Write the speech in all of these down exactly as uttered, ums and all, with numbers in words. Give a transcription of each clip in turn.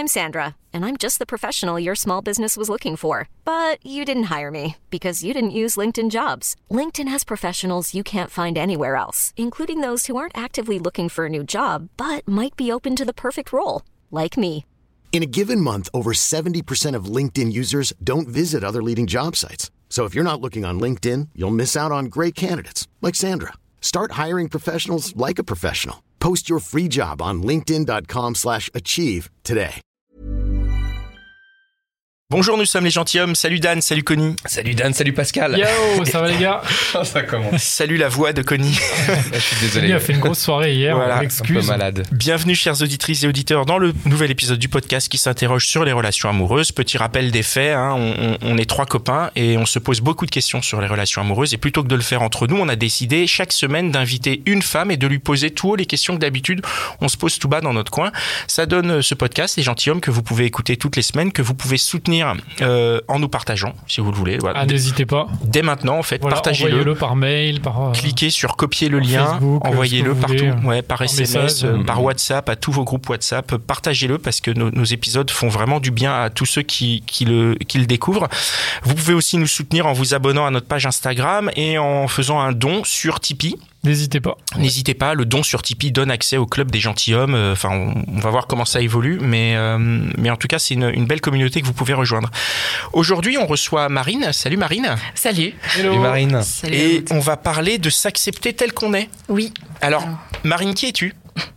I'm Sandra, and I'm just the professional your small business was looking for. But you didn't hire me because you didn't use LinkedIn Jobs. LinkedIn has professionals you can't find anywhere else, including those who aren't actively looking for a new job, but might be open to the perfect role, like me. In a given month, over seventy percent of LinkedIn users don't visit other leading job sites. So if you're not looking on LinkedIn, you'll miss out on great candidates like Sandra. Start hiring professionals like a professional. Post your free job on linkedin.com slash achieve today. Bonjour, nous sommes les gentilshommes. Salut Dan, salut Connie. Salut Dan, salut Pascal. Yo, ça va les gars? Ça commence. Salut la voix de Connie. Je suis désolé. Il a fait une grosse soirée hier, voilà, on excuse. Un peu malade. Bienvenue chères auditrices et auditeurs dans le nouvel épisode du podcast qui s'interroge sur les relations amoureuses. Petit rappel des faits, hein, on, on, on est trois copains et on se pose beaucoup de questions sur les relations amoureuses. Et plutôt que de le faire entre nous, on a décidé chaque semaine d'inviter une femme et de lui poser tout haut les questions que d'habitude on se pose tout bas dans notre coin. Ça donne ce podcast, les gentilshommes, que vous pouvez écouter toutes les semaines, que vous pouvez soutenir euh, en nous partageant, si vous le voulez. Voilà. Ah, n'hésitez pas. Dès maintenant, en fait, voilà, partagez-le. Envoyez-le par mail, par... Euh, Cliquez sur copier le lien, Facebook, envoyez-le partout, voulez, ouais, par, par S M S, message, euh, par WhatsApp, à tous vos groupes WhatsApp. Partagez-le parce que nos, nos épisodes font vraiment du bien à tous ceux qui, qui, le, qui le découvrent. Vous pouvez aussi nous soutenir en vous abonnant à notre page Instagram et en faisant un don sur Tipeee. N'hésitez pas. N'hésitez pas, le don sur Tipeee donne accès au club des gentilshommes. Enfin, on, on va voir comment ça évolue, mais, euh, mais en tout cas, c'est une, une belle communauté que vous pouvez rejoindre. Aujourd'hui, on reçoit Marine. Salut Marine. Salut. Hello. Salut Marine. Salut. Et on va parler de s'accepter tel qu'on est. Oui. Alors, Alors. Marine, qui es-tu ?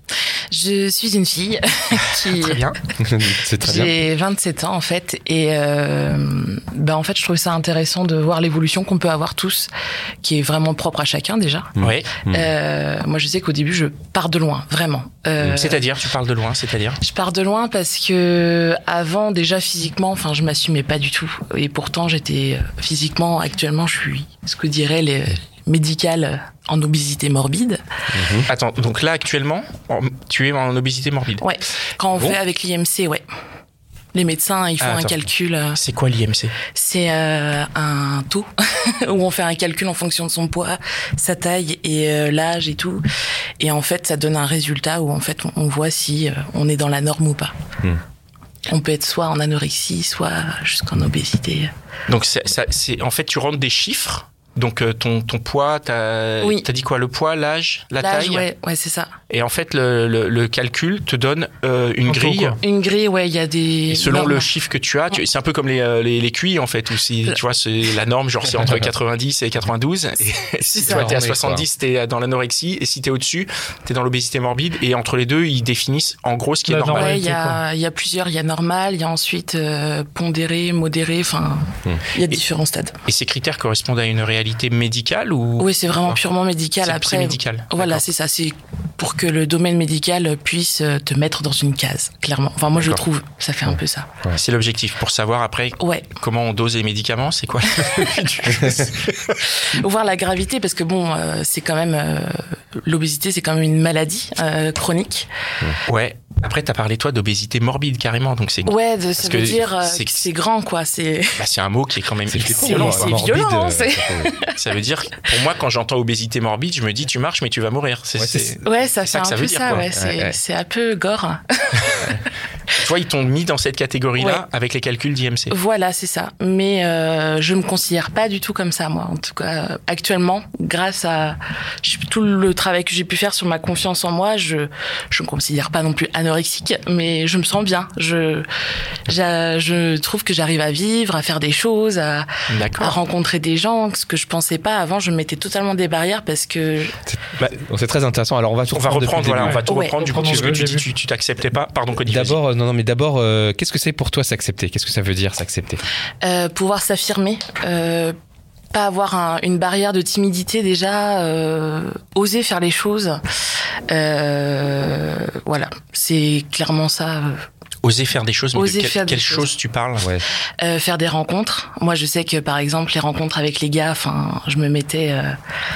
Je suis une fille qui... Très bien. C'est très bien. J'ai vingt-sept ans en fait et euh, ben en fait je trouve ça intéressant de voir l'évolution qu'on peut avoir tous, qui est vraiment propre à chacun déjà. Oui. Euh, moi je sais qu'au début je pars de loin, vraiment. Euh, C'est-à-dire, tu parles de loin, c'est-à-dire ? Je pars de loin parce que avant déjà physiquement, enfin je m'assumais pas du tout et pourtant j'étais physiquement, actuellement je suis ce que diraient les médicales en obésité morbide. Mmh. Attends, donc là actuellement, tu es en obésité morbide. Ouais. Quand on bon. fait avec l'I M C, ouais. Les médecins, ils font ah, un calcul. Euh, c'est quoi l'I M C ? C'est euh, un taux où on fait un calcul en fonction de son poids, sa taille et euh, l'âge et tout. Et en fait, ça donne un résultat où en fait on voit si euh, on est dans la norme ou pas. Mmh. On peut être soit en anorexie, soit jusqu'en obésité. Donc c'est, ça, c'est en fait tu rentres des chiffres. Donc euh, ton ton poids, t'as oui. t'as dit quoi, le poids, l'âge, la l'âge, taille. Ouais, ouais, c'est ça. Et en fait le le, le calcul te donne euh, une un grille. Taux, une grille, ouais, il y a des. Et selon normes. le chiffre que tu as, tu, c'est un peu comme les euh, les, les Q I en fait, où si tu vois c'est la norme, genre c'est entre quatre-vingt-dix et quatre-vingt-douze. Et si tu vois t'es à soixante-dix, t'es dans l'anorexie, et si t'es au-dessus, t'es dans l'obésité morbide. Et entre les deux, ils définissent en gros ce qui la est normal. Ouais, il y a il y a plusieurs, il y a normal, il y a ensuite euh, pondéré, modéré, enfin il hmm. y a différents stades. Et ces critères correspondent à une réalité médicale ou... Oui, c'est vraiment purement médical. C'est, Après, c'est médical. Voilà, D'accord. c'est ça. C'est pour que le domaine médical puisse te mettre dans une case, clairement. Enfin, moi, D'accord. je trouve, ça fait un peu ça. Ouais. C'est l'objectif pour savoir après ouais. comment on dose les médicaments, c'est quoi? Voir la gravité, parce que bon, euh, c'est quand même euh, l'obésité, c'est quand même une maladie euh, chronique. Ouais. Après, t'as parlé toi d'obésité morbide carrément, donc c'est. Ouais, de, ça veut dire euh, c'est... que c'est grand, quoi. C'est. Bah, c'est un mot qui est quand même. C'est, c'est violent. C'est morbide, violent. C'est... Ça veut dire, pour moi, quand j'entends obésité morbide, je me dis, tu marches, mais tu vas mourir. C'est, ouais, c'est... ouais, ça c'est fait ça un peu dire, ça. quoi. Ouais, c'est, ouais, ouais. c'est un peu gore. Toi, ils t'ont mis dans cette catégorie-là ouais. avec les calculs d'I M C. Voilà, c'est ça. Mais euh, je me considère pas du tout comme ça, moi. En tout cas, euh, actuellement, grâce à tout le travail que j'ai pu faire sur ma confiance en moi, je je me considère pas non plus anorexique, mais je me sens bien. Je je, je trouve que j'arrive à vivre, à faire des choses, à, à rencontrer des gens, ce que je pensais pas avant. Je mettais totalement des barrières parce que. C'est, bah, c'est très intéressant. Alors on va tout on va reprendre. Voilà, on va tout ouais. reprendre. Du coup, tu, tu dis, tu, tu t'acceptais pas. Pardon, Connie. D'abord, euh, non, non, mais d'abord, euh, qu'est-ce que c'est pour toi s'accepter ? Qu'est-ce que ça veut dire s'accepter ? euh, Pouvoir s'affirmer. Euh, pas avoir un, une barrière de timidité déjà, euh, oser faire les choses. Euh, voilà, c'est clairement ça. Oser faire des choses, mais oser de quelle, quelle chose choses. tu parles ? Ouais. Euh, faire des rencontres. Moi, je sais que par exemple, les rencontres avec les gars, enfin, je me mettais. Euh,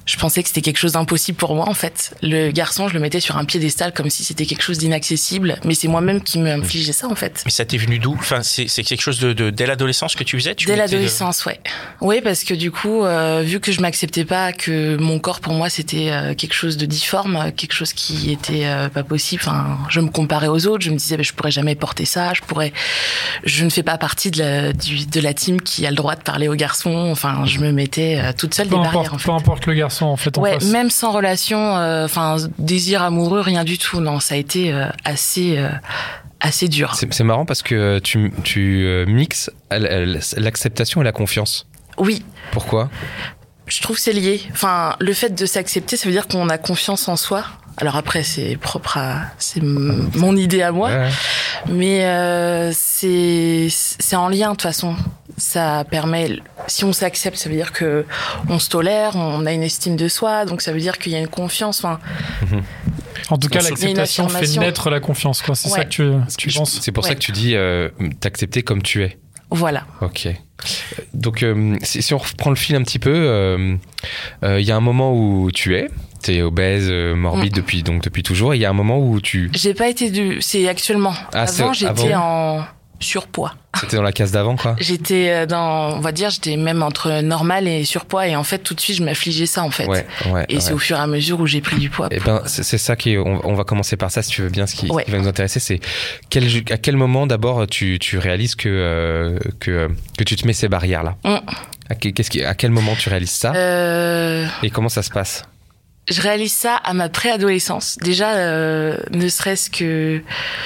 je pensais que c'était quelque chose d'impossible pour moi en fait. Le garçon, je le mettais sur un piédestal comme si c'était quelque chose d'inaccessible, mais c'est moi-même qui me infligeais ça en fait. Mais ça t'est venu d'où? Enfin, c'est, c'est quelque chose de, de dès l'adolescence que tu faisais? Tu Dès mettais l'adolescence, de... ouais. Oui, parce que du coup, euh, vu que je m'acceptais pas, que mon corps pour moi c'était euh, quelque chose de difforme, quelque chose qui était euh, pas possible. Enfin, je me comparais aux autres, je me disais, bah, je pourrais jamais porter ça, je pourrais, je ne fais pas partie de la, du, de la team qui a le droit de parler aux garçons. Enfin, je me mettais euh, toute seule peu des importe, barrières. En fait. Peu importe le garçon en fait. En ouais, face. même sans relation, enfin euh, désir amoureux, rien du tout. Non, ça a été euh, assez. Euh, assez dur. C'est, c'est marrant parce que tu, tu euh, mixes l'acceptation et la confiance. Oui. Pourquoi? Je trouve que c'est lié. Enfin, le fait de s'accepter, ça veut dire qu'on a confiance en soi. Alors après, c'est propre à, c'est m- mon idée à moi, ouais. mais euh, c'est c'est en lien de toute façon. Ça permet, si on s'accepte, ça veut dire que on se tolère, on a une estime de soi, donc ça veut dire qu'il y a une confiance. Enfin. Mm-hmm. En tout cas, c'est l'acceptation fait naître la confiance, quoi. C'est ouais. ça que tu, tu Je, penses. C'est pour ouais. ça que tu dis euh, t'accepter comme tu es. Voilà. Ok. Donc, euh, si, si on reprend le fil un petit peu, il euh, euh, y a un moment où tu es, t'es obèse, euh, morbide mm. depuis donc depuis toujours, et il y a un moment où tu. J'ai pas été du. C'est actuellement. Ah, avant, c'est... j'étais avant. en surpoids. C'était dans la case d'avant, quoi. J'étais dans, on va dire, j'étais même entre normal et surpoids, et en fait, tout de suite, je m'affligeais ça, en fait. Ouais, ouais, et ouais. c'est au fur et à mesure où j'ai pris du poids. Eh pour... ben, c'est, c'est ça qui est, on, on va commencer par ça, si tu veux bien. Ce qui, ouais. ce qui va nous intéresser, c'est quel, à quel moment d'abord tu, tu réalises que, euh, que, que tu te mets ces barrières-là. Mm. À, qu'est-ce qui, à quel moment tu réalises ça euh... et comment ça se passe? Je réalise ça à ma préadolescence. Déjà, euh, ne serait-ce que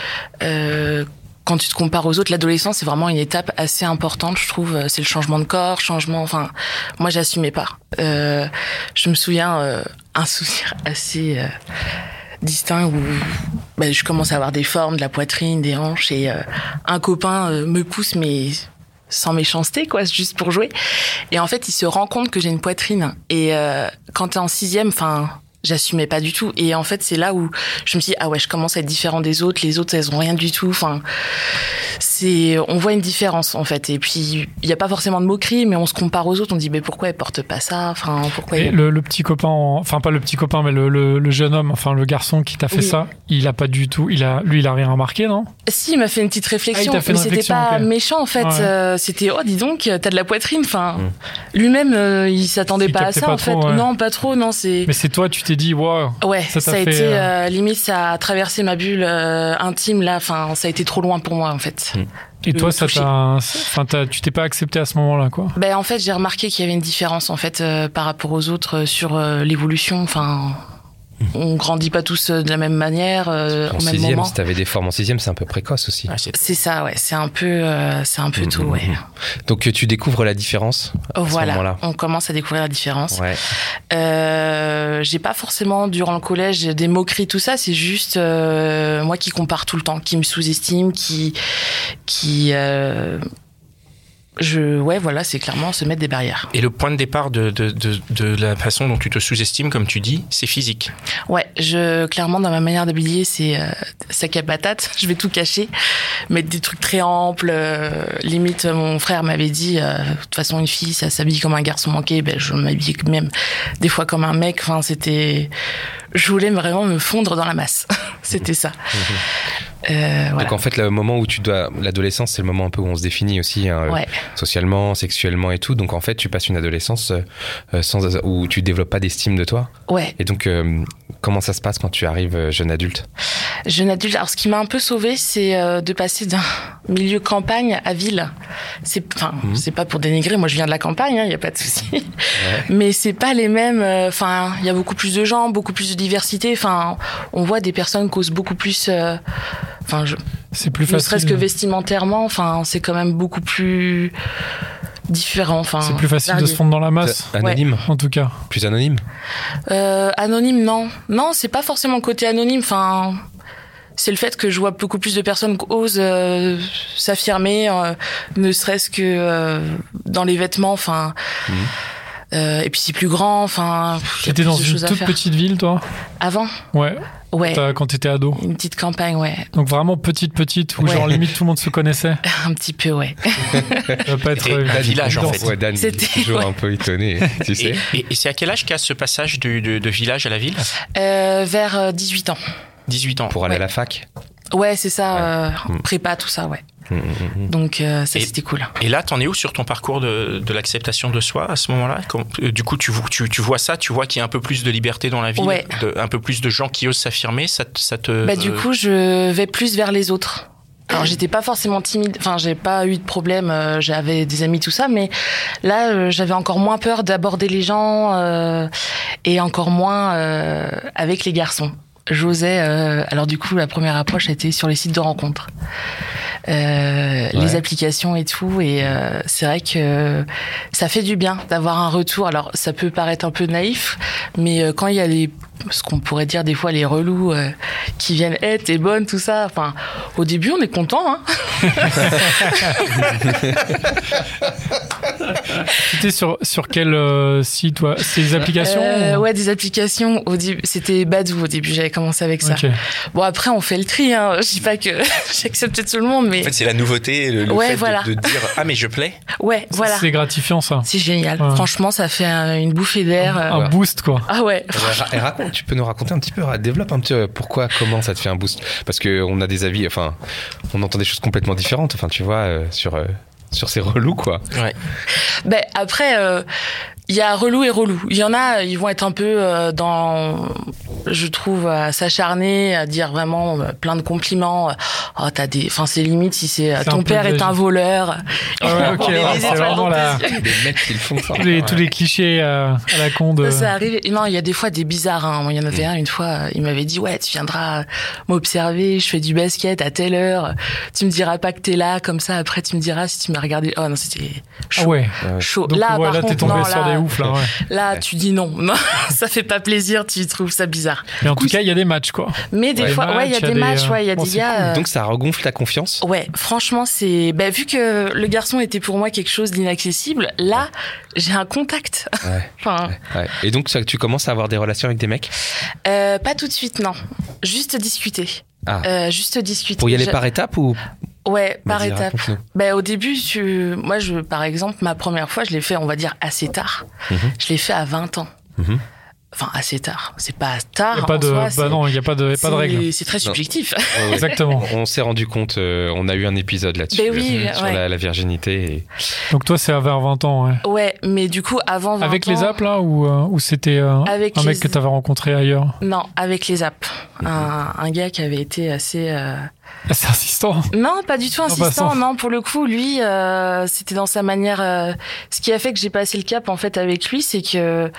euh, quand tu te compares aux autres, l'adolescence, c'est vraiment une étape assez importante, je trouve. C'est le changement de corps, changement... Enfin, moi, j'assumais pas. Euh, je me souviens, euh, un souvenir assez... Euh, distinct où bah, je commence à avoir des formes, de la poitrine, des hanches, et euh, un copain euh, me pousse, mais sans méchanceté, quoi, juste pour jouer. Et en fait, il se rend compte que j'ai une poitrine. Et euh, quand t'es en sixième, enfin, j'assumais pas du tout. Et en fait, c'est là où je me suis dit, ah ouais, je commence à être différent des autres. Les autres, elles ont rien du tout. Enfin, c'est, on voit une différence, en fait. Et puis, il y a pas forcément de moquerie, mais on se compare aux autres. On dit, mais pourquoi elle porte pas ça? Enfin, pourquoi? Et il... le, le petit copain, en... enfin pas le petit copain, mais le, le, le jeune homme, enfin le garçon qui t'a fait oui. ça, il a pas du tout, il a, lui, il a rien remarqué, non? Si, il m'a fait une petite réflexion, ah, fait mais une c'était réflexion, pas okay. méchant en fait. Ouais. Euh, c'était oh dis donc, t'as de la poitrine. Enfin, mmh. lui-même, euh, il s'attendait il pas à ça pas en trop, fait. Ouais. Non, pas trop. Non, c'est. Mais c'est toi, tu t'es dit waouh. Ouais, ça, ça t'a a fait, été euh... euh, limite, ça a traversé ma bulle euh, intime là. Enfin, ça a été trop loin pour moi en fait. Mmh. Et toi, ça t'a, enfin, t'as, tu t'es pas accepté à ce moment-là, quoi. Ben en fait, j'ai remarqué qu'il y avait une différence en fait euh, par rapport aux autres euh, sur euh, l'évolution. Enfin. On grandit pas tous de la même manière euh, en au même sixième, moment. Si t'avais des formes en sixième, c'est un peu précoce aussi. Ah, c'est... c'est ça, ouais. C'est un peu, euh, c'est un peu mmh, tout, ouais. Donc tu découvres la différence. À voilà. Ce moment-là. On commence à découvrir la différence. Ouais. Euh, j'ai pas forcément durant le collège des moqueries, tout ça. C'est juste euh, moi qui compare tout le temps, qui me sous-estime, qui, qui. Euh, Je, ouais, voilà, c'est clairement se mettre des barrières. Et le point de départ de, de, de, de la façon dont tu te sous-estimes, comme tu dis, c'est physique. Ouais, je, clairement, dans ma manière d'habiller, c'est euh, sac à patate. Je vais tout cacher, mettre des trucs très amples. Euh, limite, mon frère m'avait dit, euh, de toute façon, une fille, ça s'habille comme un garçon manqué. Ben, je m'habillais même des fois comme un mec. Enfin, c'était, je voulais vraiment me fondre dans la masse. C'était ça. Mmh. Euh, voilà. Donc en fait, le moment où tu dois, l'adolescence, c'est le moment un peu où on se définit aussi hein, ouais. socialement, sexuellement et tout. Donc en fait, tu passes une adolescence euh, sans, où tu développes pas d'estime de toi. Ouais. Et donc euh, comment ça se passe quand tu arrives jeune adulte? Jeune adulte. Alors ce qui m'a un peu sauvée, c'est euh, de passer d'un milieu campagne à ville. C'est, enfin, mmh. c'est pas pour dénigrer. Moi, je viens de la campagne, il hein, y a pas de souci. Ouais. Mais c'est pas les mêmes. Enfin, euh, il y a beaucoup plus de gens, beaucoup plus de diversité. Enfin, on voit des personnes qui osent beaucoup plus. Euh, Enfin, je... c'est plus ne facile. serait-ce que vestimentairement, enfin, c'est quand même beaucoup plus différent. Enfin, c'est plus facile varié. de se fondre dans la masse. C'est anonyme, ouais. En tout cas. Plus anonyme. Euh, anonyme, non, non, c'est pas forcément le côté anonyme. Enfin, c'est le fait que je vois beaucoup plus de personnes qui osent euh, s'affirmer, euh, ne serait-ce que euh, dans les vêtements. Enfin. Mmh. Euh, et puis c'est plus grand, enfin. T'étais dans une toute petite ville, toi? Avant? Ouais. Ouais. T'as, quand t'étais ado? Une petite campagne, ouais. Donc vraiment petite, petite, où ouais. genre limite tout le monde se connaissait? Un petit peu, ouais. Ça va pas être un village, en fait. Ouais, Dan, il est toujours ouais. un peu étonné, tu sais. Et, et, et c'est à quel âge qu'a ce passage de, de, de village à la ville? euh, Vers dix-huit ans. dix-huit ans. Pour aller ouais. à la fac? Ouais, c'est ça, ouais. euh, mmh. prépa, tout ça, ouais. Mmh. Donc euh, ça, et, c'était cool. Et là, t'en es où sur ton parcours de, de l'acceptation de soi à ce moment-là? Comme, Du coup, tu, tu, tu vois ça, tu vois qu'il y a un peu plus de liberté dans la ville, ouais. de, un peu plus de gens qui osent s'affirmer, ça, ça te... Bah, du coup, je vais plus vers les autres. Alors, j'étais pas forcément timide, enfin, j'ai pas eu de problème, euh, j'avais des amis, tout ça, mais là, euh, j'avais encore moins peur d'aborder les gens euh, et encore moins euh, avec les garçons. J'osais, euh, alors du coup, la première approche a été sur les sites de rencontres. Euh, ouais. Les applications et tout, et euh, c'est vrai que ça fait du bien d'avoir un retour. Alors ça peut paraître un peu naïf, mais euh, quand il y a les, ce qu'on pourrait dire des fois les relous euh, qui viennent, hey, t'es bonne, tout ça, enfin au début on est content, hein. C'était sur, sur quel euh, site, toi? C'est des applications euh, ou... Ouais, des applications. Au début, c'était Badoo au début, j'avais commencé avec ça. Okay. Bon, après, on fait le tri, hein. Je dis pas que j'accepte tout le monde, mais... En fait, c'est la nouveauté, le, le ouais, fait voilà. de, de dire « Ah, mais je plais ». Ouais, voilà. C'est gratifiant, ça. C'est génial. Ouais. Franchement, ça fait une bouffée d'air. Un, un ouais. boost, quoi. Ah ouais. Et raconte, tu peux nous raconter un petit peu, développe un petit peu pourquoi, comment ça te fait un boost? Parce qu'on a des avis, enfin, on entend des choses complètement différentes, enfin, tu vois, euh, sur... Euh, sur ces relous, quoi. Ouais. Ben, après, il euh, y a relou et relou. Il y en a, ils vont être un peu euh, dans, je trouve, à s'acharner, à dire vraiment euh, plein de compliments. Oh, t'as des, enfin, c'est limite si c'est, c'est ton père est un voleur. Ah ouais, ok, ouais, c'est vraiment la... Les mecs qui le font ça. Tous les, tous les clichés euh, à la con de... Ça, ça arrive. Non, il y a des fois des bizarres, hein. Il y en avait mmh. un, une fois, il m'avait dit, ouais, tu viendras m'observer, je fais du basket à telle heure. Tu me diras pas que t'es là, comme ça, après, tu me diras si tu m'as regardé. Oh non, c'était chaud. Ah ouais. Chaud. Donc, là, ouais, par là, contre, t'es tombé non, sur là, des oufs, là, ouais. Là, tu dis non. Non, ça fait pas plaisir, tu trouves ça bizarre. Mais en tout cas, il y a des matchs, quoi. Mais des ouais, fois, ouais, il y a des matchs, ouais, il y a bon, des gars. Cool. Donc, ça regonfle ta confiance? Ouais, franchement, c'est, bah, vu que le garçon était pour moi quelque chose d'inaccessible, là, ouais. j'ai un contact. Ouais. Enfin. Ouais. Ouais. Et donc, ça, tu commences à avoir des relations avec des mecs? Euh, pas tout de suite, non. Juste discuter. Ah. Euh, juste discuter. Pour y aller je... par étapes ou? Ouais, par Vas-y, étapes. Ben, au début, tu... moi, je, par exemple, ma première fois, je l'ai fait, on va dire, assez tard. Mm-hmm. Je l'ai fait à vingt ans. Mm-hmm. Enfin, assez tard. C'est pas tard. Il n'y a pas de, soi, bah c'est... non, il n'y a pas de, pas de règle. C'est très subjectif. Ouais, ouais. Exactement. On s'est rendu compte, euh, on a eu un épisode là-dessus. Ben oui, euh, sur ouais. la, la virginité. Et... Donc toi, c'est vers vingt ans, ouais. Ouais, mais du coup, avant vingt avec ans. les apps, là, ou, euh, ou c'était euh, un les... mec que tu avais rencontré ailleurs? Non, avec les apps. Mm-hmm. Un, un gars qui avait été assez. Euh... C'est insistant. Non, pas du tout insistant. Non, pour le coup, lui, euh, c'était dans sa manière. Euh, ce qui a fait que j'ai passé le cap en fait avec lui, c'est que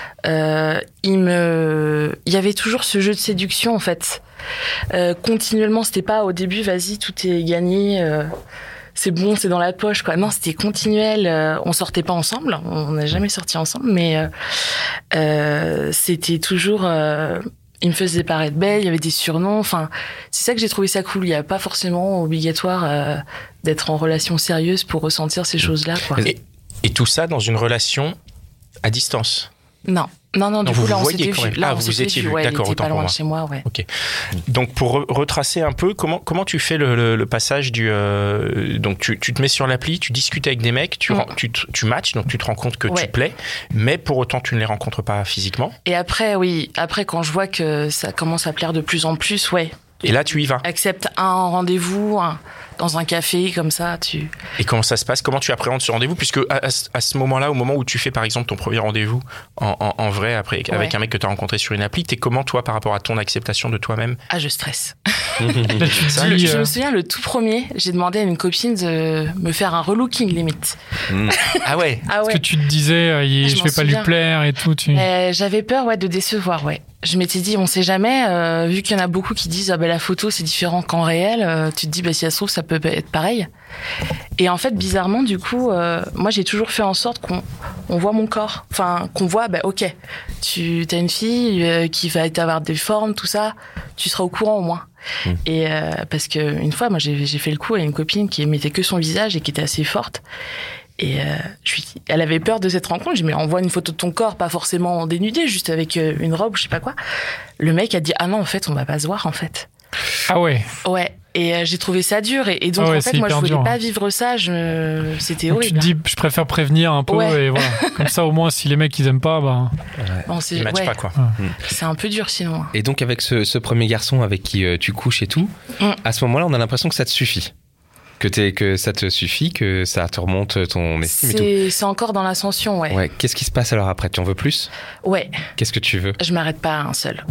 euh, il me, il y avait toujours ce jeu de séduction en fait. Euh, continuellement, c'était pas au début, vas-y, tout est gagné. Euh, c'est bon, c'est dans la poche, quoi. Non, c'était continuel. Euh, on sortait pas ensemble, on n'a jamais sorti ensemble, mais euh, euh, c'était toujours. Euh, il me faisait paraître belle, il y avait des surnoms. Enfin, c'est ça que j'ai trouvé ça cool. Il n'y a pas forcément obligatoire euh, d'être en relation sérieuse pour ressentir ces choses-là, quoi. Et, et tout ça dans une relation à distance? Non. Non, non, du non, coup, là, on s'était vu. Là, ah, vous vous étiez vu. Ouais, D'accord, il était autant pas loin pour moi. de chez moi, ouais. Ok. Donc, pour re- retracer un peu, comment, comment tu fais le, le, le passage du... Euh, donc, tu, tu te mets sur l'appli, tu discutes avec des mecs, tu, mm. tu, tu matches, donc tu te rends compte que ouais. tu plais, mais pour autant, tu ne les rencontres pas physiquement. Et après, oui, après, quand je vois que ça commence à plaire de plus en plus, ouais. Et là, tu y vas. Accepte un rendez-vous un, dans un café, comme ça, tu... Et comment ça se passe? Comment tu appréhendes ce rendez-vous? Puisque à, à, à ce moment-là, au moment où tu fais, par exemple, ton premier rendez-vous en, en, en vrai, après, avec ouais. un mec que tu as rencontré sur une appli, t'es comment, toi, par rapport à ton acceptation de toi-même? Ah, je stresse. Là, tu ça, dis, je euh... me souviens, le tout premier, j'ai demandé à une copine de me faire un relooking, limite. Mmh. Ah ouais? Ah ouais. Parce que tu te disais, euh, il, je, je vais pas souviens. lui plaire et tout. Tu... Euh, j'avais peur, ouais, de décevoir, ouais. Je m'étais dit, on sait jamais, euh, vu qu'il y en a beaucoup qui disent, ah ben la photo c'est différent qu'en réel, euh, tu te dis, bah si ça se trouve, ça peut être pareil. Et en fait, bizarrement, du coup, euh, moi j'ai toujours fait en sorte qu'on on voit mon corps. Enfin, qu'on voit, bah ok, tu as une fille euh, qui va avoir des formes, tout ça, tu seras au courant au moins. Mmh. Et euh, parce que une fois, moi j'ai, j'ai fait le coup à une copine qui mettait que son visage et qui était assez forte. Et euh, je lui dis, elle avait peur de cette rencontre. Je lui dis, mais envoie une photo de ton corps, pas forcément dénudé, juste avec euh, une robe, je sais pas quoi. Le mec a dit, ah non, en fait, on va pas se voir, en fait. Ah ouais. Ouais. Et euh, j'ai trouvé ça dur. Et, et donc, Ah ouais, en fait, moi, je voulais dur, pas hein. vivre ça. Je... C'était Donc horrible. tu te dis, je préfère prévenir un peu Ouais. et voilà. Comme ça, au moins, si les mecs ils aiment pas, bah. Bon, c'est Ils matchent ouais, pas, quoi. c'est un peu dur sinon. Et donc avec ce, ce premier garçon avec qui euh, tu couches et tout, Mm. à ce moment-là, on a l'impression que ça te suffit. Que, t'es, que ça te suffit, que ça te remonte ton estime et C'est, c'est encore dans l'ascension, ouais. tout. Ouais. Qu'est-ce qui se passe alors après? Tu en veux plus? Ouais. Qu'est-ce que tu veux? Je m'arrête pas à un seul.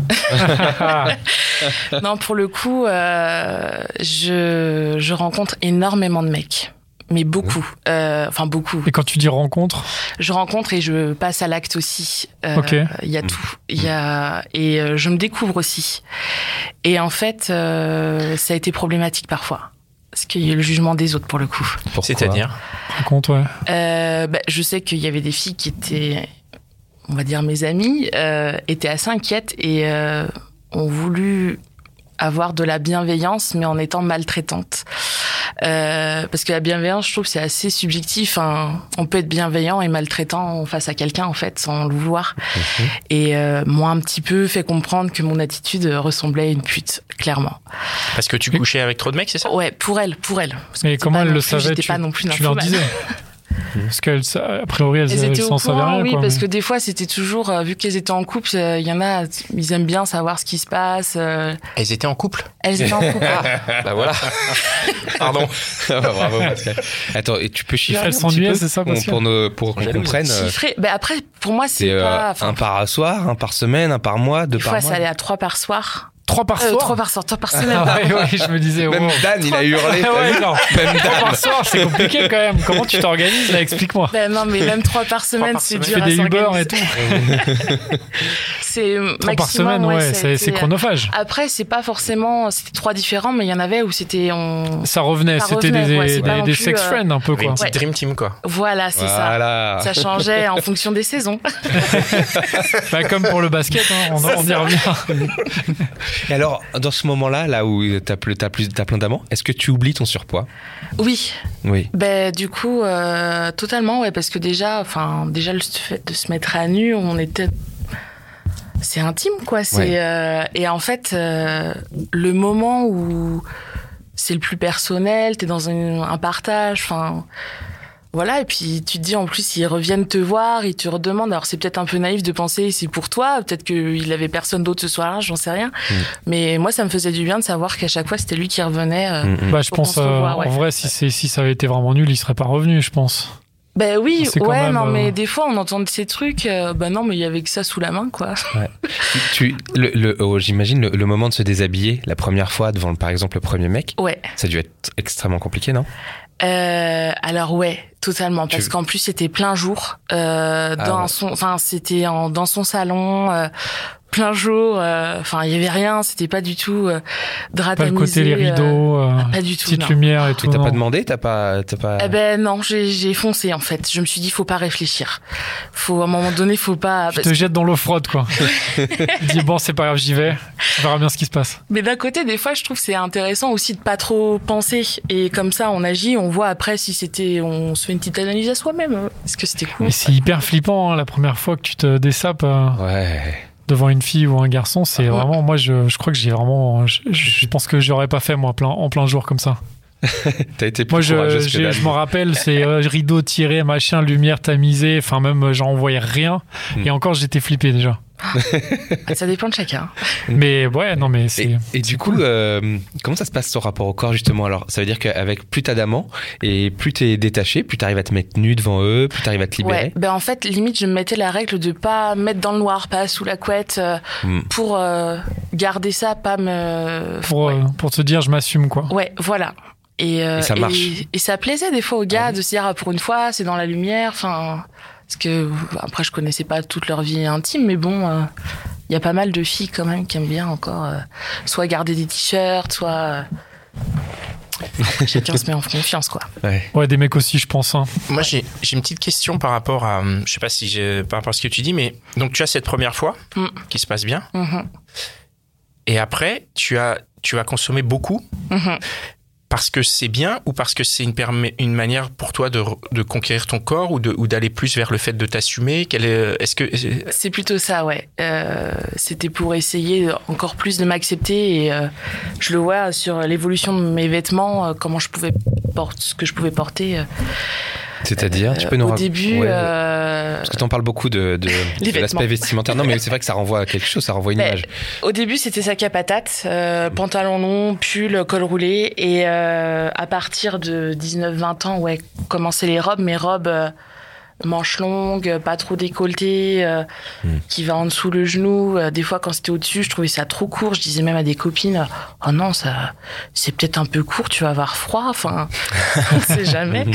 Non, pour le coup, euh, je, je rencontre énormément de mecs. Mais beaucoup. Euh, Enfin, beaucoup. Et quand tu dis rencontre, Je rencontre et je passe à l'acte aussi. Euh, Ok. Il y a tout. Il y a, et euh, je me découvre aussi. Et en fait, euh, ça a été problématique parfois. Parce qu'il y a le jugement des autres pour le coup. Pourquoi? C'est-à-dire rencontre, ouais. Euh, bah, je sais qu'il y avait des filles qui étaient, on va dire mes amies, euh, étaient assez inquiètes et euh, ont voulu avoir de la bienveillance, mais en étant maltraitantes. Euh, parce que la bienveillance, je trouve, c'est assez subjectif. Hein. On peut être bienveillant et maltraitant face à quelqu'un, en fait, sans le vouloir. Mhm. Et euh, moi, un petit peu, fait comprendre que mon attitude ressemblait à une pute, clairement. Parce que tu couchais avec trop de mecs, c'est ça? Ouais, pour elle, pour elle. Parce que Mais j'étais comment pas elle non le plus- savait? J'étais Tu, pas non plus tu leur nymphomane. disais. Parce qu'elles, ça- a priori, elles, Elles elles étaient au s'en savaient courant, rien, oui, quoi. parce mais- que des fois, c'était toujours, euh, vu qu'elles étaient en couple, euh, il y en a, ils aiment bien savoir ce qui se passe. euh, Elles étaient en couple? elles étaient en couple. Bah voilà. Pardon. Bravo Pascal. Attends, et tu peux chiffrer Elles un petit s'ennuyaient, peu c'est ça, pour, Pascal pour, nos- pour qu'on Jalouse. comprenne. euh, Chiffré. Ben après, pour moi, c'est C'est euh, pas. enfin, un par soir, un par semaine, un par mois, deux des par fois, mois. ça allait à trois par soir. Trois par Euh, soir. trois par soir, trois par semaine. Ah ouais, ouais, je me disais. Même wow. Dan, il a hurlé. Ah t'as ouais, vu non. Même Trois Dan. par soir, c'est compliqué quand même. Comment tu t'organises là? Explique-moi. Ben non, mais même trois par semaine, par c'est semaine. Tu dur fais à des Uber et s'organiser. tout. C'est Trois par maximum, semaine, ouais, ça a c'est, c'est été- chronophage. Après, c'est pas forcément, c'était trois différents, mais il y en avait où c'était on. Ça revenait, Ça c'était revenait, des, ouais, c'est pas des, non des plus, sex euh, friends un peu, Une quoi. petite Ouais. dream team, quoi. Voilà, c'est ça. Voilà. Ça changeait en fonction des saisons. Bah, comme pour le basket, hein, on, on y revient. Et alors, dans ce moment-là, là où t'as, plus, t'as, plus, t'as plein d'amants, est-ce que tu oublies ton surpoids? Oui. Oui. Ben du coup, euh, totalement, ouais, parce que déjà, enfin, déjà le fait de se mettre à nu, on était, c'est intime, quoi. C'est Ouais. euh, et en fait, euh, le moment où c'est le plus personnel, t'es dans un, un partage, enfin. Voilà, et puis tu te dis en plus, ils reviennent te voir, ils te redemandent. Alors c'est peut-être un peu naïf de penser c'est pour toi, peut-être qu'il avait personne d'autre ce soir-là, j'en sais rien. Mm. Mais moi, ça me faisait du bien de savoir qu'à chaque fois, c'était lui qui revenait. euh, Mm, mm. Bah, je Faut pense, qu'on se euh, revoie, ouais. en vrai, si, c'est, si ça avait été vraiment nul, il serait pas revenu, je pense. Ben oui, C'est quand ouais, même, non, euh, mais des fois, on entend ces trucs, euh, ben non, mais il y avait que ça sous la main, quoi. Tu, le, le- oh, j'imagine le, le moment de se déshabiller la première fois devant, le- par exemple, le premier mec, Ouais. ça a dû être extrêmement compliqué, non? Euh, alors ouais, totalement, parce Tu- qu'en plus c'était plein jour, euh, Ah dans ouais. son, enfin c'était en, dans son salon, euh, plein jour, euh, enfin il y avait rien, c'était pas du tout euh, drap Pas le tamisé, côté, les euh, rideaux, euh, pas du tout. petite Non. lumière et tout. Mais t'as non. pas demandé? T'as pas, t'as pas... Eh ben non, j'ai, j'ai foncé en fait. Je me suis dit faut pas réfléchir, faut à un moment donné faut pas. Tu parce- te jettes dans l'eau froide, quoi. Dis, bon, c'est pas grave, j'y vais. On verra bien ce qui se passe. Mais d'un côté, des fois, je trouve que c'est intéressant aussi de pas trop penser. Et comme ça, on agit, on voit après si c'était, on se fait une petite analyse à soi-même. Est-ce que c'était cool? Mais c'est hyper flippant, hein, la première fois que tu te dessapes euh, Ouais. devant une fille ou un garçon. C'est Ouais. vraiment, moi, je, je crois que j'ai vraiment, je, je pense que j'aurais pas fait, moi, plein, en plein jour comme ça. T'as été plus Moi, je, courageuse que j'ai- Dan. je m'en rappelle, c'est euh, rideau tiré, machin, lumière tamisée, enfin, même, euh, j'en voyais rien. Hmm. Et encore, j'étais flippé déjà. Ah, ça dépend de chacun. Mais ouais, non, mais c'est. Et, et du coup, euh, comment ça se passe ton rapport au corps justement? Alors, ça veut dire qu'avec plus t'as d'amants et plus t'es détaché, plus t'arrives à te mettre nu devant eux, plus t'arrives à te libérer. Ouais, ben en fait, limite, je me mettais la règle de pas mettre dans le noir, pas sous la couette, euh, Hmm. pour euh, garder ça, pas me. Pour, ouais. euh, pour te dire, je m'assume, quoi. Ouais, voilà. Et, euh, Et ça marche. Et, et ça plaisait des fois aux gars Ah oui. de se dire, ah, pour une fois, c'est dans la lumière. Enfin, parce que après, je connaissais pas toute leur vie intime, mais bon, euh, il y a pas mal de filles quand même qui aiment bien encore, euh, soit garder des t-shirts, soit. euh, Après, chacun se met en confiance, quoi. Ouais. Ouais, des mecs aussi, je pense. Hein. Moi, j'ai j'ai une petite question par rapport à, je sais pas si j'ai, par rapport à ce que tu dis, mais donc tu as cette première fois Mm. qui se passe bien, Mhm. et après tu as, tu as consommé beaucoup. Mhm. parce que c'est bien ou parce que c'est une, perm- une manière pour toi de, de conquérir ton corps ou, de, ou d'aller plus vers le fait de t'assumer? Quel est, est-ce que... C'est plutôt ça, ouais. Euh, c'était pour essayer encore plus de m'accepter et euh, je le vois sur l'évolution de mes vêtements, euh, comment je pouvais porter, ce que je pouvais porter. Euh, C'est-à-dire, euh, tu peux nous Au rac- début... Ouais, euh, parce que t'en parles beaucoup de, de, de l'aspect vestimentaire. Non, mais c'est vrai que ça renvoie à quelque chose, ça renvoie une Ben, image. au début, c'était sac à patates, euh, pantalon long, pull, col roulé. Et euh, à partir de dix-neuf vingt ans, ouais, commençaient les robes. Mes robes, euh, manches longues, pas trop décolletées, euh, Mm. qui va en dessous le genou. Euh, des fois, quand c'était au-dessus, je trouvais ça trop court. Je disais même à des copines, oh non, ça, c'est peut-être un peu court, tu vas avoir froid. Enfin, on sait jamais.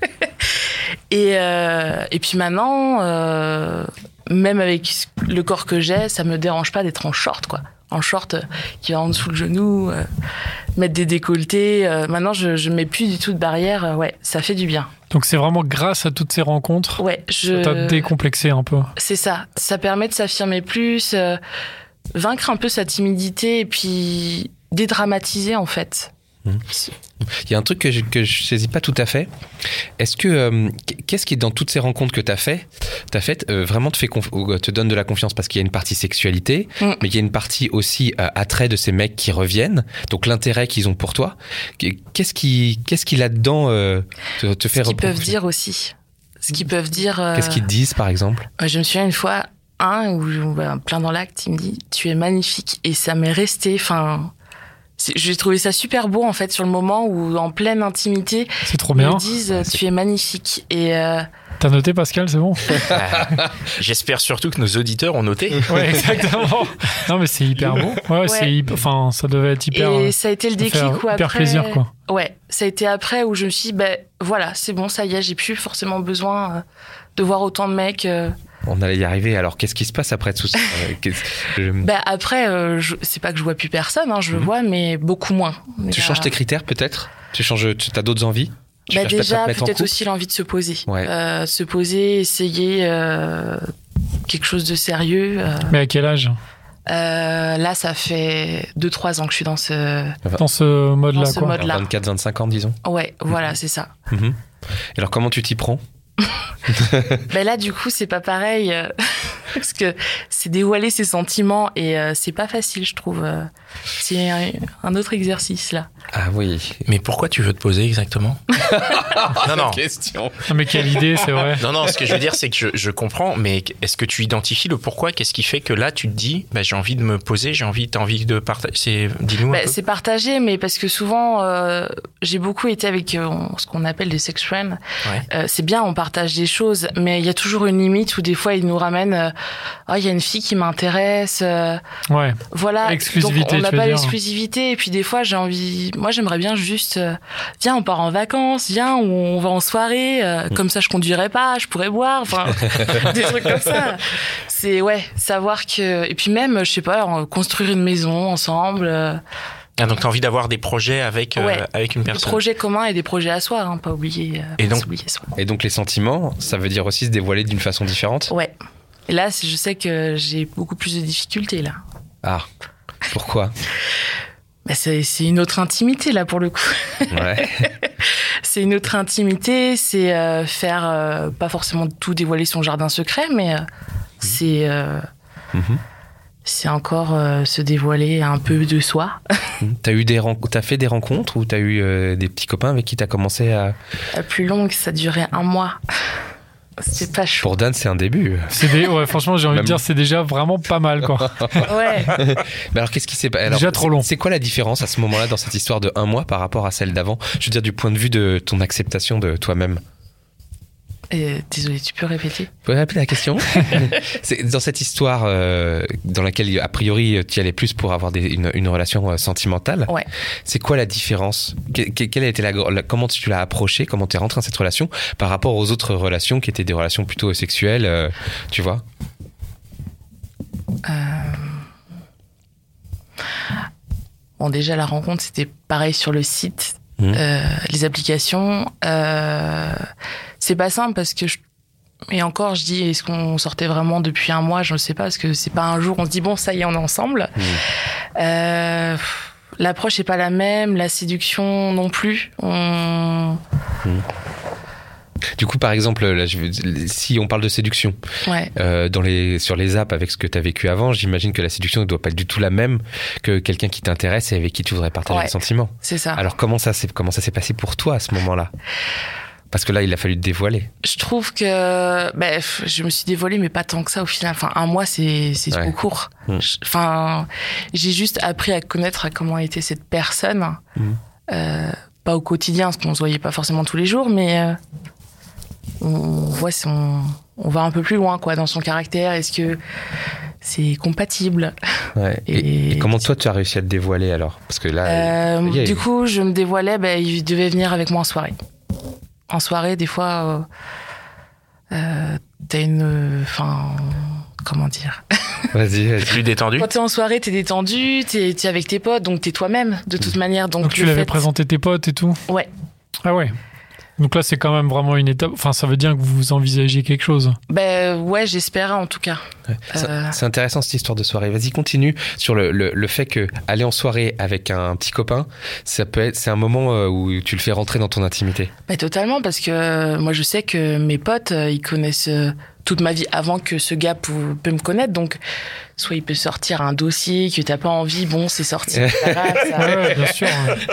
Et, euh, et puis maintenant, euh, même avec le corps que j'ai, ça me dérange pas d'être en short, quoi. En short euh, qui va en dessous le genou, euh, mettre des décolletés. Euh, maintenant, je, je mets plus du tout de barrière. Euh, ouais, ça fait du bien. Donc c'est vraiment grâce à toutes ces rencontres, Ouais, je. ça t'a décomplexé un peu. C'est ça. Ça permet de s'affirmer plus, euh, vaincre un peu sa timidité et puis dédramatiser en fait. Il y a un truc que je, que je saisis pas tout à fait. Est-ce que euh, qu'est-ce qui dans toutes ces rencontres que t'as fait, t'as faites euh, vraiment te fait conf- ou te donne de la confiance parce qu'il y a une partie sexualité, Mm. mais il y a une partie aussi euh, attrait de ces mecs qui reviennent, donc l'intérêt qu'ils ont pour toi. Qu'est-ce qui qu'est-ce qui là-dedans euh, te, te fait Ce qu'ils peuvent repenser dire aussi. Ce qu'ils peuvent dire. euh, Qu'est-ce qu'ils te disent par exemple? Euh, Je me souviens une fois, un, où bah, plein dans l'acte, il me dit « Tu es magnifique ». Et ça m'est resté, enfin... c'est- J'ai trouvé ça super beau, en fait, sur le moment où, en pleine intimité, C'est trop ils bien. me disent « Tu es magnifique ». Et euh, T'as noté, Pascal, c'est bon? J'espère surtout que nos auditeurs ont noté. Ouais, exactement. Non, mais c'est hyper beau. Ouais, Ouais. c'est hyper- enfin, ça devait être hyper. et euh, ça a été le ça fait déclic où hyper après... plaisir, quoi. Ouais, ça a été après où je me suis dit, ben voilà, c'est bon, ça y est, j'ai plus forcément besoin euh, de voir autant de mecs. euh. On allait y arriver. Alors qu'est-ce qui se passe après tout ça? Euh, qu'est-ce- je- Ben après, euh, je... c'est pas que je vois plus personne, hein, je le Mhm. vois, mais beaucoup moins. Tu Mais, changes euh, tes critères peut-être? Tu changes, tu as d'autres envies? Tu Bah cherches peut-être à déjà, te mettre en peut-être couple? aussi l'envie de se poser. Ouais. Euh, se poser, essayer euh, quelque chose de sérieux. euh. Mais à quel âge? Euh, là, ça fait deux trois ans que je suis dans ce... Dans ce mode-là, Dans ce quoi. mode- là. vingt-quatre vingt-cinq ans, disons. Ouais, voilà, c'est ça. Mhm. Et alors comment tu t'y prends? Ben là, du coup, c'est pas pareil. euh, parce que c'est dévoiler ses sentiments et euh, c'est pas facile, je trouve. euh. C'est un, un autre exercice, là. Ah oui. Mais pourquoi tu veux te poser exactement? Non, non. Question. Ah, mais quelle idée, c'est vrai. Non, non, ce que je veux dire, c'est que je, je comprends, mais est-ce que tu identifies le pourquoi? Qu'est-ce qui fait que là, tu te dis, bah, j'ai envie de me poser, j'ai envie, t'as envie de partager? C'est, dis-nous un Ben, peu. c'est partagé, mais parce que souvent, euh, j'ai beaucoup été avec euh, ce qu'on appelle des sex friends. Ouais. Euh, c'est bien, on partage des choses, mais il y a toujours une limite où des fois, ils nous ramènent euh, « Ah, il y a une fille qui m'intéresse. euh, » Ouais. Voilà. Exclusivité, Donc, on n'a tu veux pas dire. l'exclusivité. Et puis, des fois, j'ai envie... Moi, j'aimerais bien juste... euh, viens, on part en vacances. Viens, on va en soirée. euh, Comme ça, je conduirais pas. Je pourrais boire. Enfin, des trucs comme ça. C'est, ouais, savoir que... Et puis même, je sais pas, construire une maison ensemble. euh, Ah, donc t'as envie d'avoir des projets avec, euh, Ouais. avec une Des personne. projets communs et des projets à soi, hein, pas oublier. euh, Et pas donc- s'oublier soi. Et donc les sentiments, ça veut dire aussi se dévoiler d'une façon différente? Ouais. Et là, c'est- je sais que j'ai beaucoup plus de difficultés, là. Ah, pourquoi? Bah, c'est c'est une autre intimité, là, pour le coup. Ouais. C'est une autre intimité, c'est euh, faire, euh, pas forcément tout dévoiler son jardin secret, mais euh, c'est euh, Mhm. c'est encore euh, se dévoiler un peu de soi. T'as eu des ren- t'as fait des rencontres ou t'as eu euh, des petits copains avec qui t'as commencé à... La plus longue, ça durait un mois. C'est pas chaud. Pour Dan, c'est un début. C'est des... ouais, franchement, j'ai envie Même- de dire, c'est déjà vraiment pas mal, quoi. Ouais. Mais alors, qu'est-ce qui s'est passé? Alors, Déjà trop c'est- long. C'est quoi la différence à ce moment-là dans cette histoire de un mois par rapport à celle d'avant? Je veux dire, du point de vue de ton acceptation de toi-même. Et, désolé, tu peux répéter? Vous pouvez répéter la question? C'est dans cette histoire euh, dans laquelle, a priori, tu y allais plus pour avoir des- une, une relation euh, sentimentale. Ouais. C'est quoi la différence? Que- que- Quelle a été la, la- comment tu l'as approché? Comment tu es rentré dans cette relation par rapport aux autres relations qui étaient des relations plutôt sexuelles, euh, tu vois? Bon, déjà, la rencontre, c'était pareil sur le site. Mmh. Euh, les applications, euh, c'est pas simple parce que je... Et encore, je dis, est-ce qu'on sortait vraiment depuis un mois? Je ne sais pas, parce que c'est pas un jour, on se dit, bon, ça y est, on est ensemble. Mmh. Euh, L'approche n'est pas la même, la séduction non plus. On... Mmh. Du coup, par exemple, là, je veux, si on parle de séduction, ouais. euh, dans les, sur les apps, avec ce que tu as vécu avant, j'imagine que la séduction ne doit pas être du tout la même que quelqu'un qui t'intéresse et avec qui tu voudrais partager ouais, des sentiments. C'est ça. Alors, comment ça, s'est, comment ça s'est passé pour toi à ce moment-là ? Parce que là, il a fallu te dévoiler. Je trouve que ben, je me suis dévoilée, mais pas tant que ça au final. Enfin, un mois, c'est, c'est ouais. trop court. Mmh. Enfin, j'ai juste appris à connaître comment était cette personne. Mmh. Euh, pas au quotidien, parce qu'on se voyait pas forcément tous les jours, mais... Euh, on voit si on, on va un peu plus loin quoi dans son caractère, est-ce que c'est compatible ouais. et, et, et comment toi tu as réussi à te dévoiler alors parce que là euh, il... du coup je me dévoilais, ben, il devait venir avec moi en soirée en soirée des fois euh, euh, t'as une enfin euh, comment dire vas-y, vas-y. Plus détendu. Quand t'es en soirée t'es détendu, t'es, t'es avec tes potes, donc t'es toi-même de toute manière, donc, donc tu l'avais fait... présenté tes potes et tout. Ouais. Ah ouais. Donc là, c'est quand même vraiment une étape. Enfin, ça veut dire que vous envisagez quelque chose. Ben ouais, j'espérais en tout cas. Ouais. Euh... C'est intéressant cette histoire de soirée. Vas-y, continue sur le, le, le fait que aller en soirée avec un petit copain, ça peut être, c'est un moment où tu le fais rentrer dans ton intimité. Ben totalement, parce que moi je sais que mes potes, ils connaissent toute ma vie avant que ce gars peut, peut me connaître, donc soit il peut sortir un dossier que t'as pas envie, bon c'est sorti, c'est grave, ça. Ouais, bien sûr.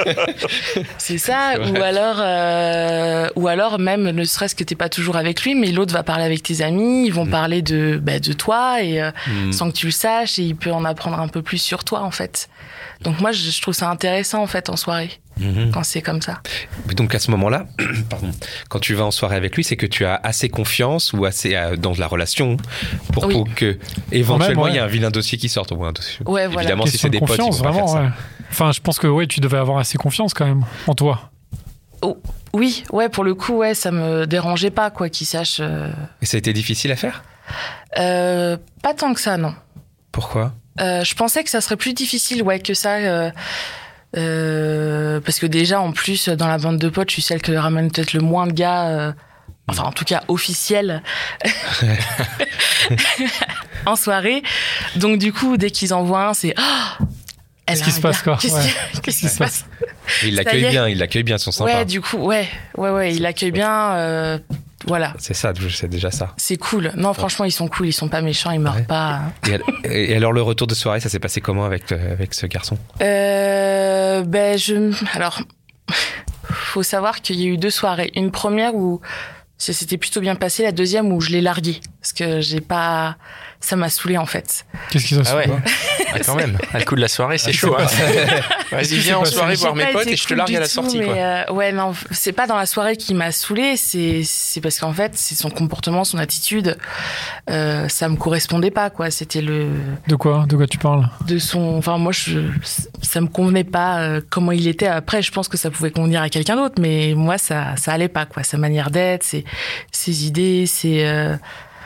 C'est ça, ouais. ou alors, euh, ou alors même ne serait-ce que t'es pas toujours avec lui, mais l'autre va parler avec tes amis, ils vont mmh. parler de bah, de toi et euh, mmh. sans que tu le saches, et il peut en apprendre un peu plus sur toi en fait. Donc moi je, je trouve ça intéressant en fait en soirée. Mmh. Quand c'est comme ça. Donc à ce moment-là, pardon, quand tu vas en soirée avec lui, c'est que tu as assez confiance ou assez euh, dans la relation pour, oui. pour que éventuellement il ouais. y ait un vilain dossier qui sorte. Ou un dossier. Ouais, voilà. Évidemment, si c'est des potes, ils vont vraiment, pas faire ouais. ça. Enfin, je pense que ouais, tu devais avoir assez confiance quand même en toi. Oh, oui, ouais, pour le coup, ouais, ça me dérangeait pas quoi qu'il sache. Euh... Et ça a été difficile à faire ? euh, Pas tant que ça, non. Pourquoi ? euh, Je pensais que ça serait plus difficile, ouais, que ça. Euh... Euh, parce que déjà en plus dans la bande de potes je suis celle qui ramène peut-être le moins de gars euh, enfin en tout cas officiels en soirée, donc du coup dès qu'ils en voient un c'est oh, qu'est-ce qui se passe quoi qu'est-ce, ouais. qui, qu'est-ce qui se passe il l'accueille bien il l'accueille bien, ils sont sympas. Ouais, du coup ouais ouais ouais il l'accueille bien, euh, voilà, c'est ça, c'est déjà ça, c'est cool. Non franchement ils sont cool, ils sont pas méchants, ils meurent ouais. pas. Et, et alors le retour de soirée, ça s'est passé comment avec avec ce garçon? euh, ben je alors faut savoir qu'il y a eu deux soirées, une première où ça s'était plutôt bien passé, la deuxième où je l'ai largué parce que j'ai pas, ça m'a saoulé en fait. Qu'est-ce qui s'est ah ouais. Ah quand même, à le coup de la soirée c'est chaud. Hein. Vas-y viens en soirée voir mes potes et je te largue à la sortie tout, quoi. Euh, ouais non, c'est pas dans la soirée qui m'a saoulé, c'est c'est parce qu'en fait c'est son comportement, son attitude, euh, ça me correspondait pas quoi. C'était le. De quoi, de quoi tu parles? De son, enfin moi je, ça me convenait pas euh, comment il était. Après je pense que ça pouvait convenir à quelqu'un d'autre, mais moi ça ça allait pas quoi. Sa manière d'être, ses ses idées, ses euh,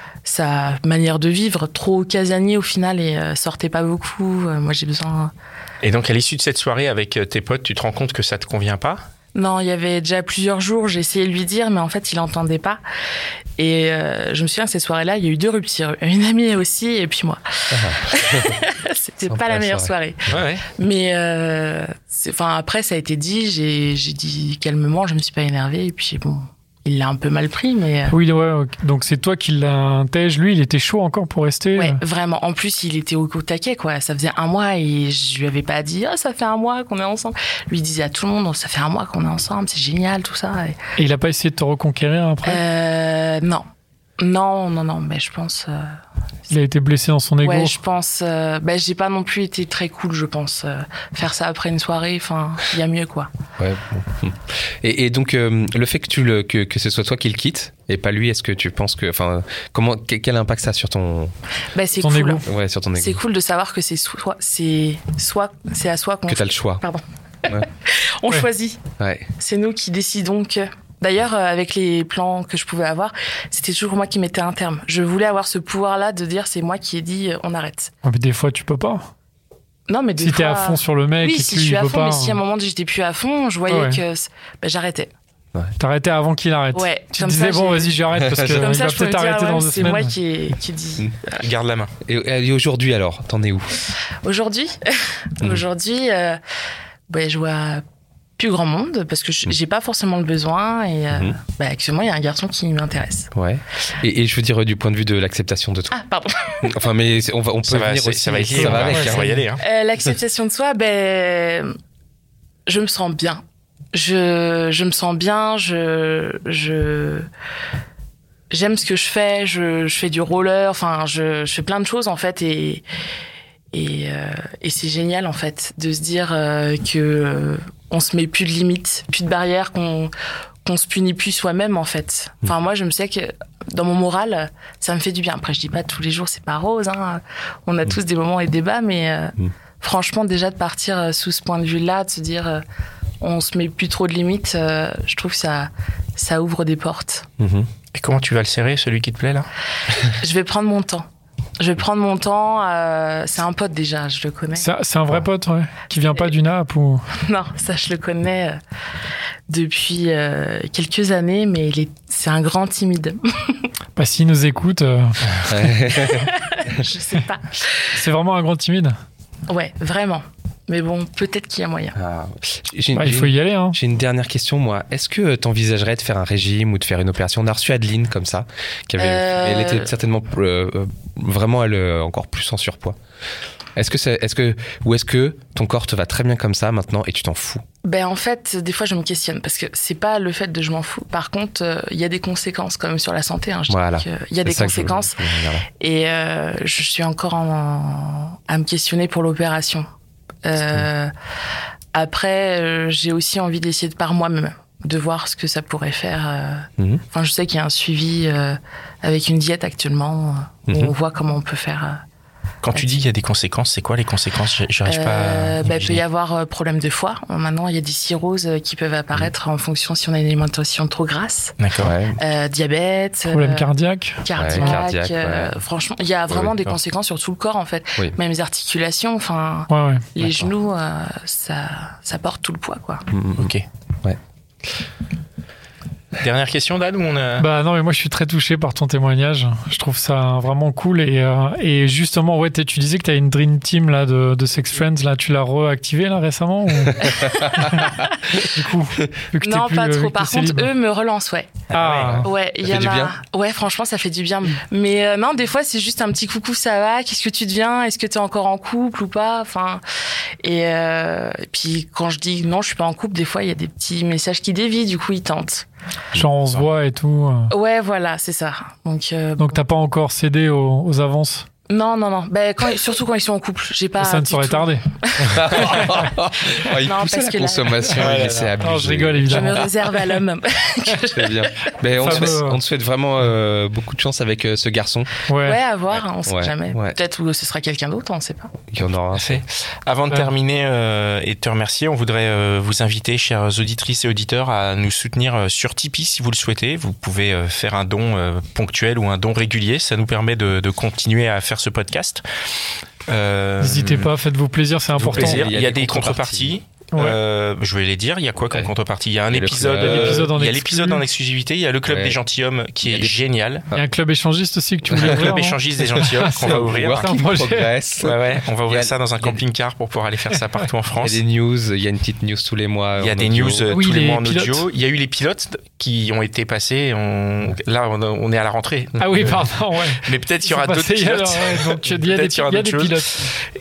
sa manière de vivre, trop casanier au final et euh, sortait pas beaucoup. Euh, moi, j'ai besoin. Et donc, à l'issue de cette soirée avec tes potes, tu te rends compte que ça te convient pas ? Non, il y avait déjà plusieurs jours, j'ai essayé de lui dire, mais en fait, il entendait pas. Et euh, je me souviens que ces soirées-là, il y a eu deux ruptures. Une amie aussi, et puis moi. Ah. C'était pas la meilleure soirée. soirée. Ouais, ouais. Mais euh, enfin, après, ça a été dit, j'ai, j'ai dit calmement, je me suis pas énervée, et puis bon. Il l'a un peu mal pris, mais... Oui, ouais, donc c'est toi qui l'as intègre. Lui, il était chaud encore pour rester. Ouais, vraiment. En plus, il était au, au taquet, quoi. Ça faisait un mois et je lui avais pas dit « Ah, oh, ça fait un mois qu'on est ensemble ». Lui, il disait à tout le monde « Ça fait un mois qu'on est ensemble, c'est génial, tout ça ». Et, et il a pas essayé de te reconquérir après ? Euh... Non. Non, non, non, mais je pense... Euh, il a été blessé dans son ego. Ouais, je pense... Euh, bah, j'ai pas non plus été très cool, je pense. Euh, faire ça après une soirée, enfin, il y a mieux, quoi. Ouais. Bon. Et, et donc, euh, le fait que, tu le, que, que ce soit toi qui le quitte, et pas lui, est-ce que tu penses que... Enfin, comment, quel impact ça a sur ton... Bah, c'est ton cool. Ego. Ouais, sur ton ego. C'est cool de savoir que c'est soit... C'est, soit, c'est à soi qu'on... Que t'as le choix. Pardon. Ouais. On ouais. choisit. Ouais. C'est nous qui décidons que... D'ailleurs, avec les plans que je pouvais avoir, c'était toujours moi qui mettais un terme. Je voulais avoir ce pouvoir-là de dire c'est moi qui ai dit on arrête. Ouais, mais des fois, tu peux pas. Non, mais des si fois... t'es à fond sur le mec oui, et si que je lui, suis il à veut fond, pas. mais si à un moment où j'étais plus à fond, je voyais ouais. que bah, j'arrêtais. Ouais. T'arrêtais avant qu'il arrête. Ouais. Tu te disais ça, bon, j'ai... vas-y, j'arrête parce que comme il ça, va je peux peut-être dire, arrêter ouais, dans deux c'est semaines. moi qui ai, qui dit. Mmh. Garde la main. Et, et aujourd'hui alors, t'en es où ? Aujourd'hui, mmh. aujourd'hui. Euh... bah, je vois plus grand monde parce que je, j'ai pas forcément le besoin et euh, mmh. bah, actuellement il y a un garçon qui m'intéresse. Ouais. Et, et je veux dire du point de vue de l'acceptation de toi. Ah pardon. Enfin mais on va on peut ça venir va, aussi. Ça va, ça va, va avec. Ouais, on va y aller. Hein. Euh, l'acceptation de soi, ben je me sens bien. Je je me sens bien. Je je j'aime ce que je fais. Je je fais du roller. Enfin je je fais plein de choses en fait et et euh, et c'est génial en fait de se dire euh, que euh, on se met plus de limites, plus de barrières, qu'on qu'on se punit plus soi-même en fait. Enfin moi je me sais que dans mon moral ça me fait du bien. Après je dis pas tous les jours c'est pas rose, hein. On a tous des moments et des bas, mais euh, mm. franchement déjà de partir sous ce point de vue-là, de se dire euh, on se met plus trop de limites, euh, je trouve que ça ça ouvre des portes. Mm-hmm. Et comment tu vas le serrer celui qui te plaît là? Je vais prendre mon temps. Je vais prendre mon temps. Euh, c'est un pote déjà, je le connais. C'est, c'est un vrai pote, ouais. Qui vient pas du N A P ou... Non, ça je le connais euh, depuis euh, quelques années, mais il est, c'est un grand timide. Bah s'il nous écoute... Euh... je sais pas. C'est vraiment un grand timide? Ouais, vraiment. Mais bon, peut-être qu'il y a moyen. Ah, j'ai une, bah, il faut y aller. Hein. J'ai une dernière question, moi. Est-ce que tu envisagerais de faire un régime ou de faire une opération? On a reçu Adeline comme ça. Qui avait, euh... Elle était certainement euh, vraiment elle, encore plus en surpoids. Est-ce que c'est, est-ce que, ou est-ce que ton corps te va très bien comme ça maintenant et tu t'en fous? Ben en fait, des fois je me questionne parce que c'est pas le fait de je m'en fous. Par contre, il euh, y a des conséquences quand même sur la santé. Hein. Je voilà. Il y a des conséquences je, je et euh, je suis encore en, en, à me questionner pour l'opération. Euh, après, euh, j'ai aussi envie d'essayer de par moi-même, de voir ce que ça pourrait faire. Euh. Mm-hmm. Enfin, je sais qu'il y a un suivi euh, avec une diète actuellement où mm-hmm. on voit comment on peut faire. Euh, Quand tu dis qu'il y a des conséquences, c'est quoi les conséquences? J'arrive pas euh, à bah, il peut y avoir euh, problème de foie. Maintenant, il y a des cirrhoses qui peuvent apparaître mmh. en fonction si on a une alimentation trop grasse. D'accord. Ouais. Euh, diabète. Problème euh, cardiaque. Cardiaque. Ouais, cardiaque euh, ouais. Franchement, il y a vraiment oui, des conséquences sur tout le corps, en fait. Oui. Même les articulations, enfin, ouais, ouais. les d'accord. genoux, euh, ça, ça porte tout le poids, quoi. Mmh, ok. Ouais. Dernière question, Dan, ou on a... Bah non, mais moi je suis très touché par ton témoignage. Je trouve ça vraiment cool et euh, et justement, ouais, tu disais que tu as une dream team là de, de Sex Friends là, tu l'as reactivée là récemment ou... Du coup, vu que non, plus, pas trop. euh, Par contre, eux me relancent, ouais. Ah ouais, il y en a. Ouais, franchement, ça fait du bien. Mais euh, non, des fois, c'est juste un petit coucou, ça va? Qu'est-ce que tu deviens? Est-ce que t'es encore en couple ou pas? Enfin, et, euh, et puis quand je dis non, je suis pas en couple, des fois, il y a des petits messages qui dévient. Du coup, ils tentent. Genre on se voit et tout. Ouais, voilà, c'est ça. Donc, euh, Donc t'as pas encore cédé aux, aux avances? Non, non, non. Ben, quand, surtout quand ils sont en couple. J'ai pas. Et ça ne saurait tarder. oh, il non, pousse à la consommation. Là... Ouais, c'est abusé. Non, je rigole évidemment. Je me réserve à l'homme. Très bien. Mais on, te souhaite, on te souhaite vraiment euh, beaucoup de chance avec euh, ce garçon. Ouais, ouais à voir. Ouais. On sait ouais. jamais. Ouais. Peut-être que ce sera quelqu'un d'autre, on ne sait pas. Il y en aura un fait. Avant de ouais. terminer euh, et de te remercier, on voudrait euh, vous inviter, chères auditrices et auditeurs, à nous soutenir euh, sur Tipeee si vous le souhaitez. Vous pouvez euh, faire un don euh, ponctuel ou un don régulier. Ça nous permet de, de continuer à faire ce podcast. Euh, N'hésitez pas, faites-vous plaisir, c'est important. Plaisir. Il y a, il y a des, des contreparties. Ouais. Euh, je vais les dire. Il y a quoi comme ouais. contrepartie? Il y a un et épisode. Le, l'épisode en il y a l'épisode en exclusivité. Il y a le club ouais. des gentilshommes qui est des... génial. Il y a un club échangiste aussi que tu voulais ouvrir. Un club échangiste des gentilshommes qu'on va ouvrir. C'est un projet. Ouais, ouais. On va ouvrir ça dans un camping-car pour pouvoir aller faire ça partout en France. Il y a des news. Il y a une petite news tous les mois. Il y a des news tous les mois en audio. Il y a eu les pilotes qui ont été passés. Là, on est à la rentrée. Ah oui, pardon. Ouais. Mais peut-être qu'il y aura d'autres pilotes. Donc il y a des pilotes.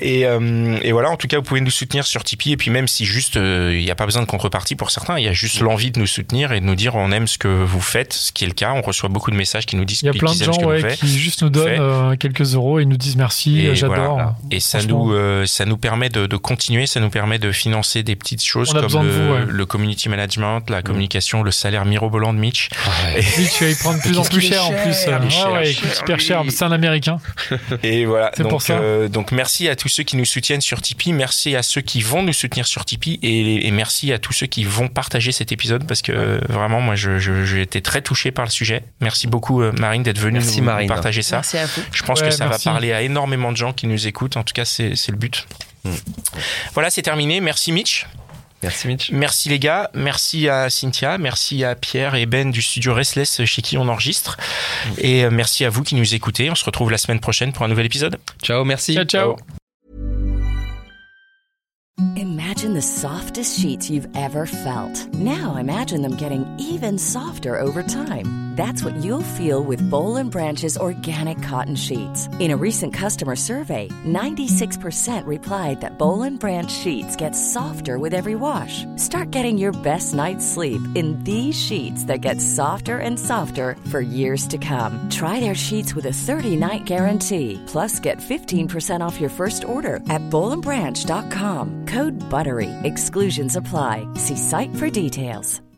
Et voilà. En tout cas, vous pouvez nous soutenir sur Tipeee. Et puis même si juste il y a pas besoin de contrepartie pour certains, il y a juste l'envie de nous soutenir et de nous dire on aime ce que vous faites, ce qui est le cas. On reçoit beaucoup de messages qui nous disent il y a plein de gens ouais, qui juste nous donnent euh, quelques euros et nous disent merci, et j'adore. Voilà. Et ça nous, euh, ça nous permet de, de continuer, ça nous permet de financer des petites choses comme le, vous, ouais. le community management, la communication, le salaire mirobolant de Mitch. Ouais. Et lui, tu vas y prendre de plus en plus cher, cher en plus. Cher, ouais, cher, ouais, cher, super cher, c'est un Américain. Et voilà. C'est donc, pour ça. Euh, donc merci à tous ceux qui nous soutiennent sur Tipeee, merci à ceux qui vont nous soutenir sur Tipeee et, et merci à tous ceux qui vont partager cet épisode parce que euh, vraiment moi je, je, j'ai été très touché par le sujet. Merci beaucoup euh, Marine d'être venue merci, nous, Marine. nous partager ça. Merci à vous. Je pense ouais, que ça merci. va parler à énormément de gens qui nous écoutent. En tout cas c'est, c'est le but. Mm. Voilà, c'est terminé. Merci Mitch. Merci Mitch. Merci les gars, merci à Cynthia, merci à Pierre et Ben du studio Restless chez qui on enregistre. Mm. Et merci à vous qui nous écoutez. On se retrouve la semaine prochaine pour un nouvel épisode. Ciao, merci. Ciao, ciao. Imagine imagine the softest sheets you've ever felt. Now imagine them getting even softer over time. That's what you'll feel with Boll and Branch's organic cotton sheets. In a recent customer survey, ninety-six percent replied that Boll and Branch sheets get softer with every wash. Start getting your best night's sleep in these sheets that get softer and softer for years to come. Try their sheets with a thirty-night guarantee. Plus, get fifteen percent off your first order at boll and branch dot com. Code BUTTERY. Exclusions apply. See site for details.